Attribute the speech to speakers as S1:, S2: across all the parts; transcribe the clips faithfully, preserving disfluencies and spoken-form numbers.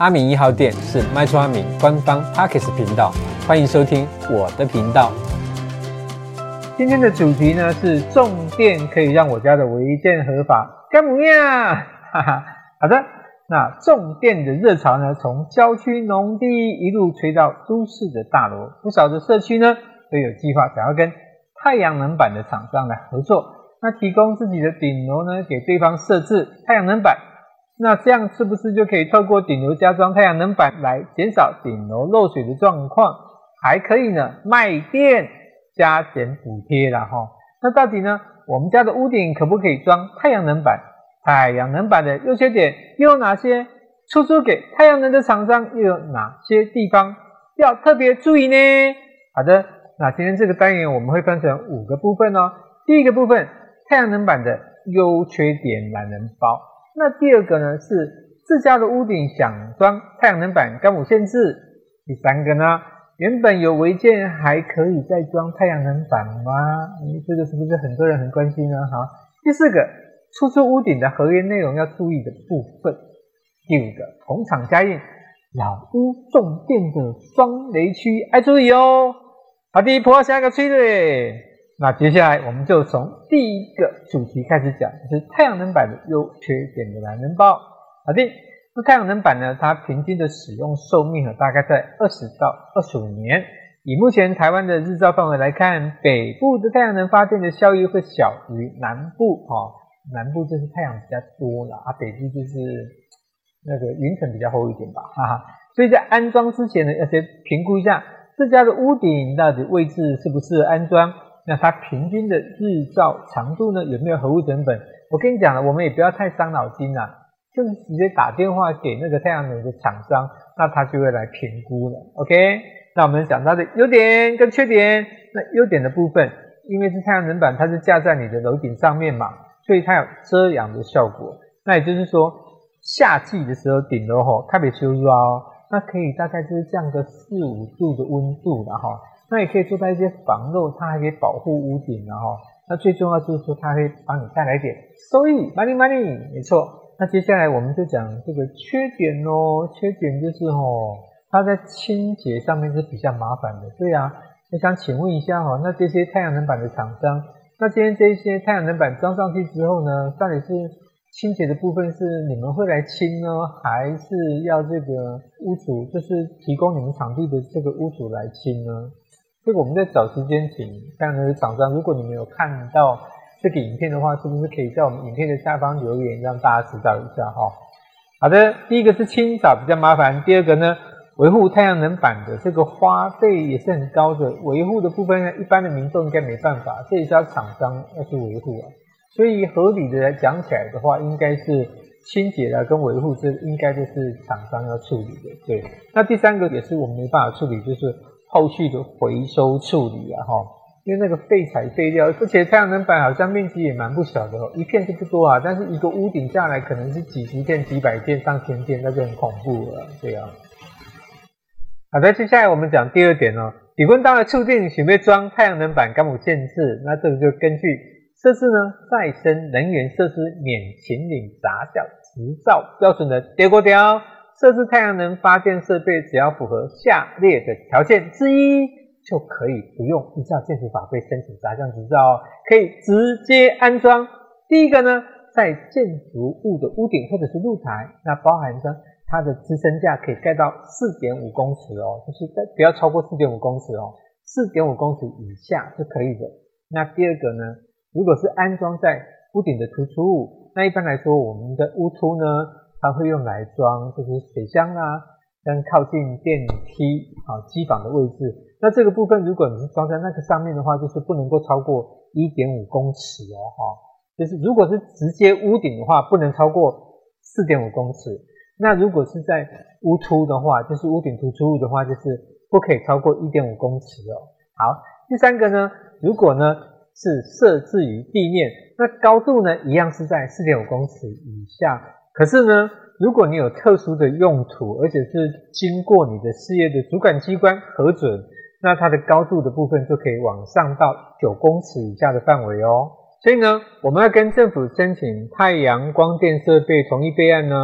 S1: 阿明一号店是麦厨阿明官方 Podcast 频道，欢迎收听我的频道。今天的主题呢是种电可以让我家的违建合法，干么呀？哈哈，好的，那种电的热潮呢，从郊区农地一路吹到都市的大楼，不少的社区呢都有计划想要跟太阳能板的厂商来合作，那提供自己的顶楼呢给对方设置太阳能板。那这样是不是就可以透过顶楼加装太阳能板来减少顶楼漏水的状况，还可以呢卖电加减补贴啦齁。那到底呢我们家的屋顶可不可以装太阳能板？太阳能板的优缺点又有哪些？出租给太阳能的厂商又有哪些地方要特别注意呢？好的，那今天这个单元我们会分成五个部分哦。第一个部分，太阳能板的优缺点懒人包。那第二个呢是自家的屋顶想装太阳能板该有限制。第三个呢，原本有违建还可以再装太阳能板吗？诶这个是不是很多人很关心呢？好，第四个，出租屋顶的合约内容要注意的部分。第五个，同厂加印老屋重电的双雷区爱注意哦。好的，破下一个吹的。那接下来我们就从第一个主题开始讲，就是太阳能板的优缺点的懒人包。好的，那太阳能板呢，它平均的使用寿命呢，大概在二十到二十五年。以目前台湾的日照范围来看，北部的太阳能发电的效益会小于南部哦。南部就是太阳比较多啦，啊，北部就是那个云层比较厚一点吧，哈哈。所以在安装之前呢，要先评估一下自家的屋顶到底位置适不适合安装。那它平均的日照长度呢，有没有合乎成本？我跟你讲了，我们也不要太伤脑筋啦，就是直接打电话给那个太阳能的厂商，那他就会来评估了。OK， 那我们讲到的优点跟缺点。那优点的部分，因为是太阳能板，它是架在你的楼顶上面嘛，所以它有遮阳的效果。那也就是说，夏季的时候顶楼吼特别修热哦，那可以大概就是降个四五度的温度啦齁。那也可以做到一些防漏，它还可以保护屋顶啊齁。那最重要就是说，它可以帮你带来一点收益 ，money money， 没错。那接下来我们就讲这个缺点咯，缺点就是齁，它在清洁上面是比较麻烦的。对啊，我想请问一下齁，那这些太阳能板的厂商，那今天这些太阳能板装上去之后呢，到底是清洁的部分是你们会来清呢，还是要这个屋主，就是提供你们场地的这个屋主来清呢？这个我们在找时间请太阳能的厂商，如果你们有看到这个影片的话，是不是可以在我们影片的下方留言，让大家知道一下齁。好的，第一个是清扫比较麻烦，第二个呢，维护太阳能板的这个花费也是很高的，维护的部分呢，一般的民众应该没办法，这也是要厂商要去维护啊。所以合理的来讲起来的话，应该是清洁啊跟维护，这应该就是厂商要处理的。对，那第三个也是我们没办法处理，就是后续的回收处理啊齁，因为那个废材废料，而且太阳能板好像面积也蛮不小的哦，一片是不多啊，但是一个屋顶下来可能是几十片、几百片、上千片，那就很恐怖了。对啊。好的，接下来我们讲第二点哦，底温当然促进想要装太阳能板敢有限制，那这个就根据设置呢再生能源设施免秦岭杂效执照标准的第五条。设置太阳能发电设备只要符合下列的条件之一，就可以不用依照建筑法规申请杂项执照哦，可以直接安装。第一个呢，在建筑物的屋顶或者是露台，那包含着它的支撑架可以盖到 四点五公尺哦，就是不要超过 四点五公尺哦 ,四点五公尺以下是可以的。那第二个呢，如果是安装在屋顶的突出物，那一般来说我们的屋突呢，它会用来装就是水箱啊，跟靠近电梯啊机房的位置。那这个部分如果你是装在那个上面的话，就是不能够超过 一点五公尺哦齁，就是如果是直接屋顶的话，不能超过 四点五公尺。那如果是在屋突的话，就是屋顶突出物的话，就是不可以超过 一点五公尺哦。好，第三个呢，如果呢是设置于地面，那高度呢一样是在 四点五公尺以下。可是呢，如果你有特殊的用途，而且是经过你的事业的主管机关核准，那它的高度的部分就可以往上到九公尺以下的范围哦。所以呢，我们要跟政府申请太阳光电设备同意备案呢，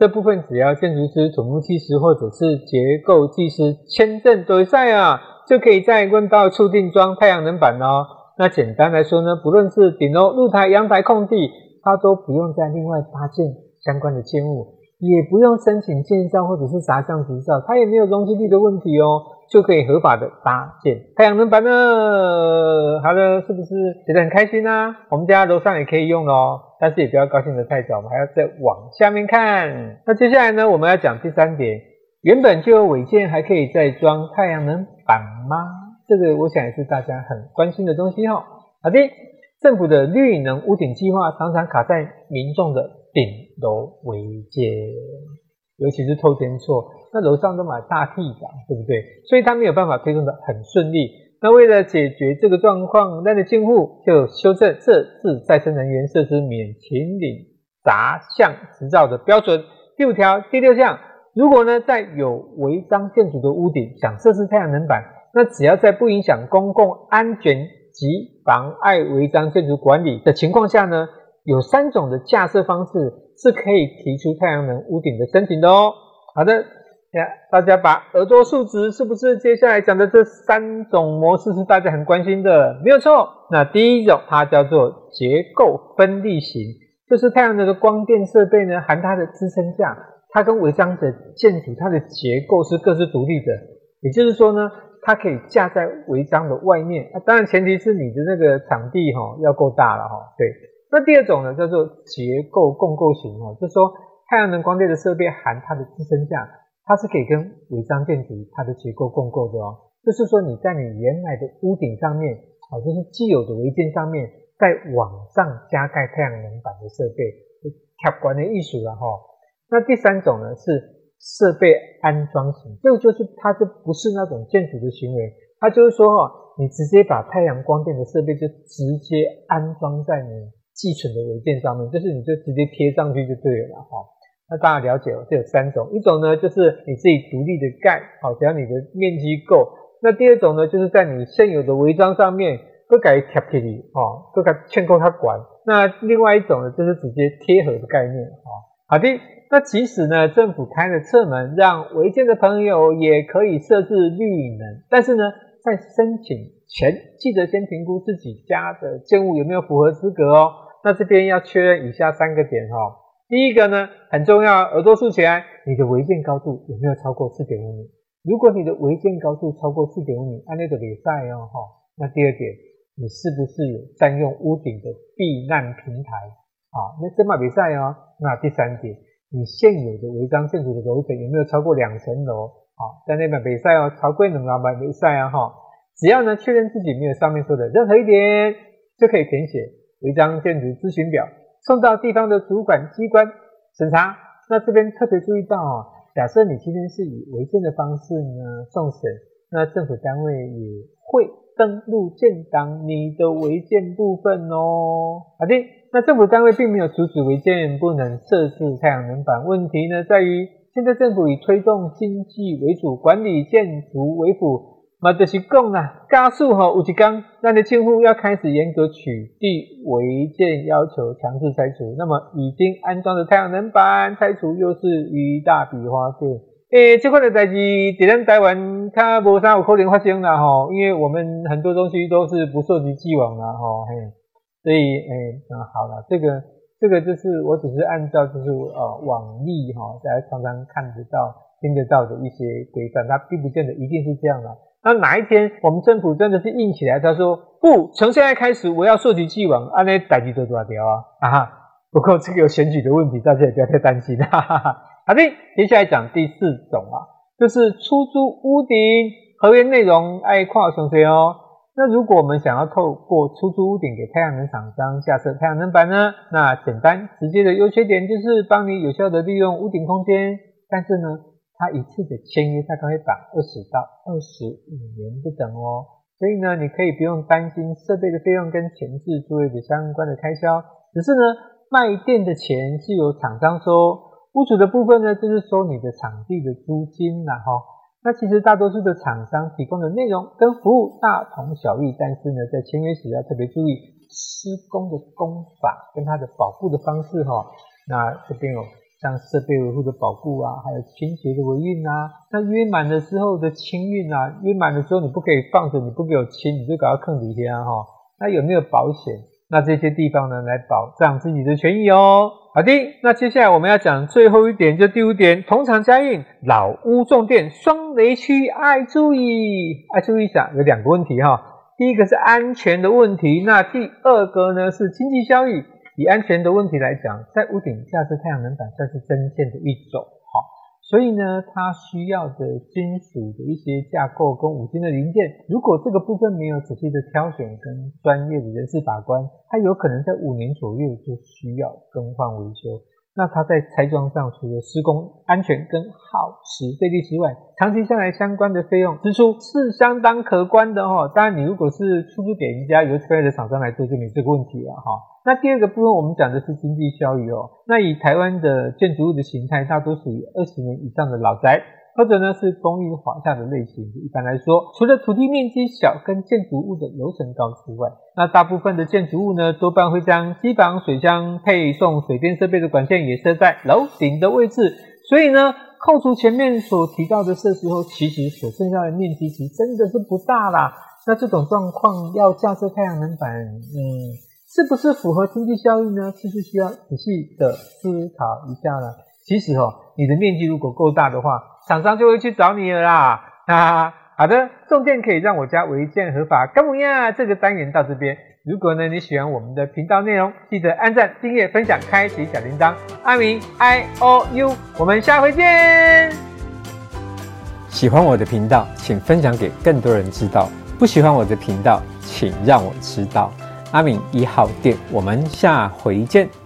S1: 这部分只要建筑师、土木技师或者是结构技师签证都在啊，就可以在问道处定装太阳能板哦。那简单来说呢，不论是顶楼、露台、阳台、空地，它都不用再另外搭建相关的建物，也不用申请建造或者是杂项执照，它也没有容积率的问题哦，就可以合法的搭建太阳能板了。好了，是不是觉得很开心啊？我们家楼上也可以用哦，但是也不要高兴得太早，我们还要再往下面看。那接下来呢，我们要讲第三点，原本就有违建还可以再装太阳能板吗？这个我想也是大家很关心的东西哦。好的，政府的绿能屋顶计划常常卡在民众的顶楼违建，尤其是透天厝，那楼上都买大地板，对不对？所以它没有办法推动的很顺利。那为了解决这个状况，那的进户就修正设置再生能源设施免请领杂项执照的标准。第五条第六项，如果呢在有违章建筑的屋顶想设置太阳能板，那只要在不影响公共安全及妨碍违章建筑管理的情况下呢，有三种的架设方式是可以提出太阳能屋顶的申请的哦。好的，大家把耳朵竖直，是不是接下来讲的这三种模式是大家很关心的？没有错。那第一种它叫做结构分立型，就是太阳能的光电设备呢含它的支撑架，它跟违章的建筑它的结构是各自独立的，也就是说呢它可以架在违章的外面，啊、当然前提是你的那个场地、哦、要够大了、哦、对。那第二种呢叫做结构共构型、哦、就是说太阳能光电的设备含它的支撑架，它是可以跟违章建筑它的结构共构的哦。就是说你在你原来的屋顶上面、哦、就是既有的违建上面再往上加盖太阳能板的设备，贴管的艺术啦齁。那第三种呢是设备安装型，这个就是它就不是那种建筑的行为，它就是说哦，你直接把太阳光电的设备就直接安装在你寄存的违建上面，就是你就直接贴上去就对了齁。那大家了解哦，这有三种，一种呢就是你自己独立的盖，好，只要你的面积够。那第二种呢就是在你现有的违章上面各改贴起来，哦，各改嵌扣它管。那另外一种呢就是直接贴合的概念，哦，好的。那即使呢政府开了侧门，让违建的朋友也可以设置绿能，但是呢在申请前记得先评估自己家的建物有没有符合资格哦。那这边要确认以下三个点哦。第一个呢很重要，耳朵竖起来，你的违建高度有没有超过 四点五米？如果你的违建高度超过 四点五米，按那个比赛哦齁。那第二点，你是不是有占用屋顶的避难平台啊？那这嘛比赛哦。那第三点，你现有的违章建筑的楼层有没有超过两层楼？好，在那边比赛哦，超过两楼比赛啊哈。只要呢确认自己没有上面说的任何一点，就可以填写违章建筑咨询表，送到地方的主管机关审查。那这边特别注意到哦，假设你今天是以违建的方式呢送审，那政府单位也会登录建档你的违建部分哦。好的，那政府单位并没有阻止违建不能设置太阳能板，问题呢在于现在政府以推动经济为主，管理建筑为辅，嘛就是讲啦，加速吼有一天咱的政府要开始严格取缔违建要求强制拆除，那么已经安装的太阳能板拆除又是一大笔花费。诶，这块的代志在咱台湾较无啥有可能发生啦吼，因为我们很多东西都是不溯及既往啦吼，嘿，所以诶，嗯，好了，这个这个就是我只是按照就是呃网例哈，大家常常看得到、听得到的一些规范，它并不见得一定是这样啦。那哪一天我们政府真的是硬起来，他说不，从现在开始我要溯及既往，按那代志就大条啊啊哈！不过这个有选举的问题，大家也不要太担心，哈哈哈。好的，接下来讲第四种啊，就是出租屋顶，合约内容爱看详细哦。那如果我们想要透过出租屋顶给太阳能厂商架设太阳能板呢，那简单直接的优缺点就是帮你有效的利用屋顶空间，但是呢它一次的签约大概会绑二十到二十五年不等哦，所以呢你可以不用担心设备的费用跟前置作业的相关的开销，只是呢卖电的钱是由厂商收，屋主的部分呢就是收你的场地的租金啦齁。那其实大多数的厂商提供的内容跟服务大同小异，但是呢在签约时要特别注意施工的工法跟它的保护的方式齁。那这边有像设备维护的保固啊，还有清洁的维运啊，那约满的时候的清运啊，约满的时候你不可以放着，你不给我清，你就搞到坑里天啊哈。那有没有保险？那这些地方呢，来保障自己的权益哦。好的，那接下来我们要讲最后一点，就第五点，同场加映，老屋重电双雷区爱注意，爱注意一下，有两个问题哈。第一个是安全的问题，那第二个呢是经济效益。以安全的问题来讲，在屋顶架设太阳能板算是增建的一种，好，所以呢，它需要的金属的一些架构跟五金的零件，如果这个部分没有仔细的挑选跟专业的人士把关，它有可能在五年左右就需要更换维修。那它在拆装上除了施工安全跟耗时费力之外，长期下来相关的费用支出是相当可观的齁。当然你如果是出租给人家有专业的厂商来做就没这个问题了齁。那第二个部分我们讲的是经济效益哦。那以台湾的建筑物的形态大多属于二十年以上的老宅，或者呢是公寓华夏的类型。一般来说，除了土地面积小跟建筑物的楼层高之外，那大部分的建筑物呢多半会将机房、水箱、配送水电设备的管线也设在楼顶的位置，所以呢扣除前面所提到的设施后，其实所剩下的面积其实真的是不大啦。那这种状况要架设太阳能板，嗯，是不是符合经济效益呢？其实需要仔细的思考一下了。其实哦，你的面积如果够大的话，厂商就会去找你了啦。啊，好的，重点可以让我家违建合法。干么呀？这个单元到这边。如果呢你喜欢我们的频道内容，记得按赞、订阅、分享、开启小铃铛。阿明 I O U， 我们下回见。喜欢我的频道，请分享给更多人知道。不喜欢我的频道，请让我知道。阿明一号店，我们下回见。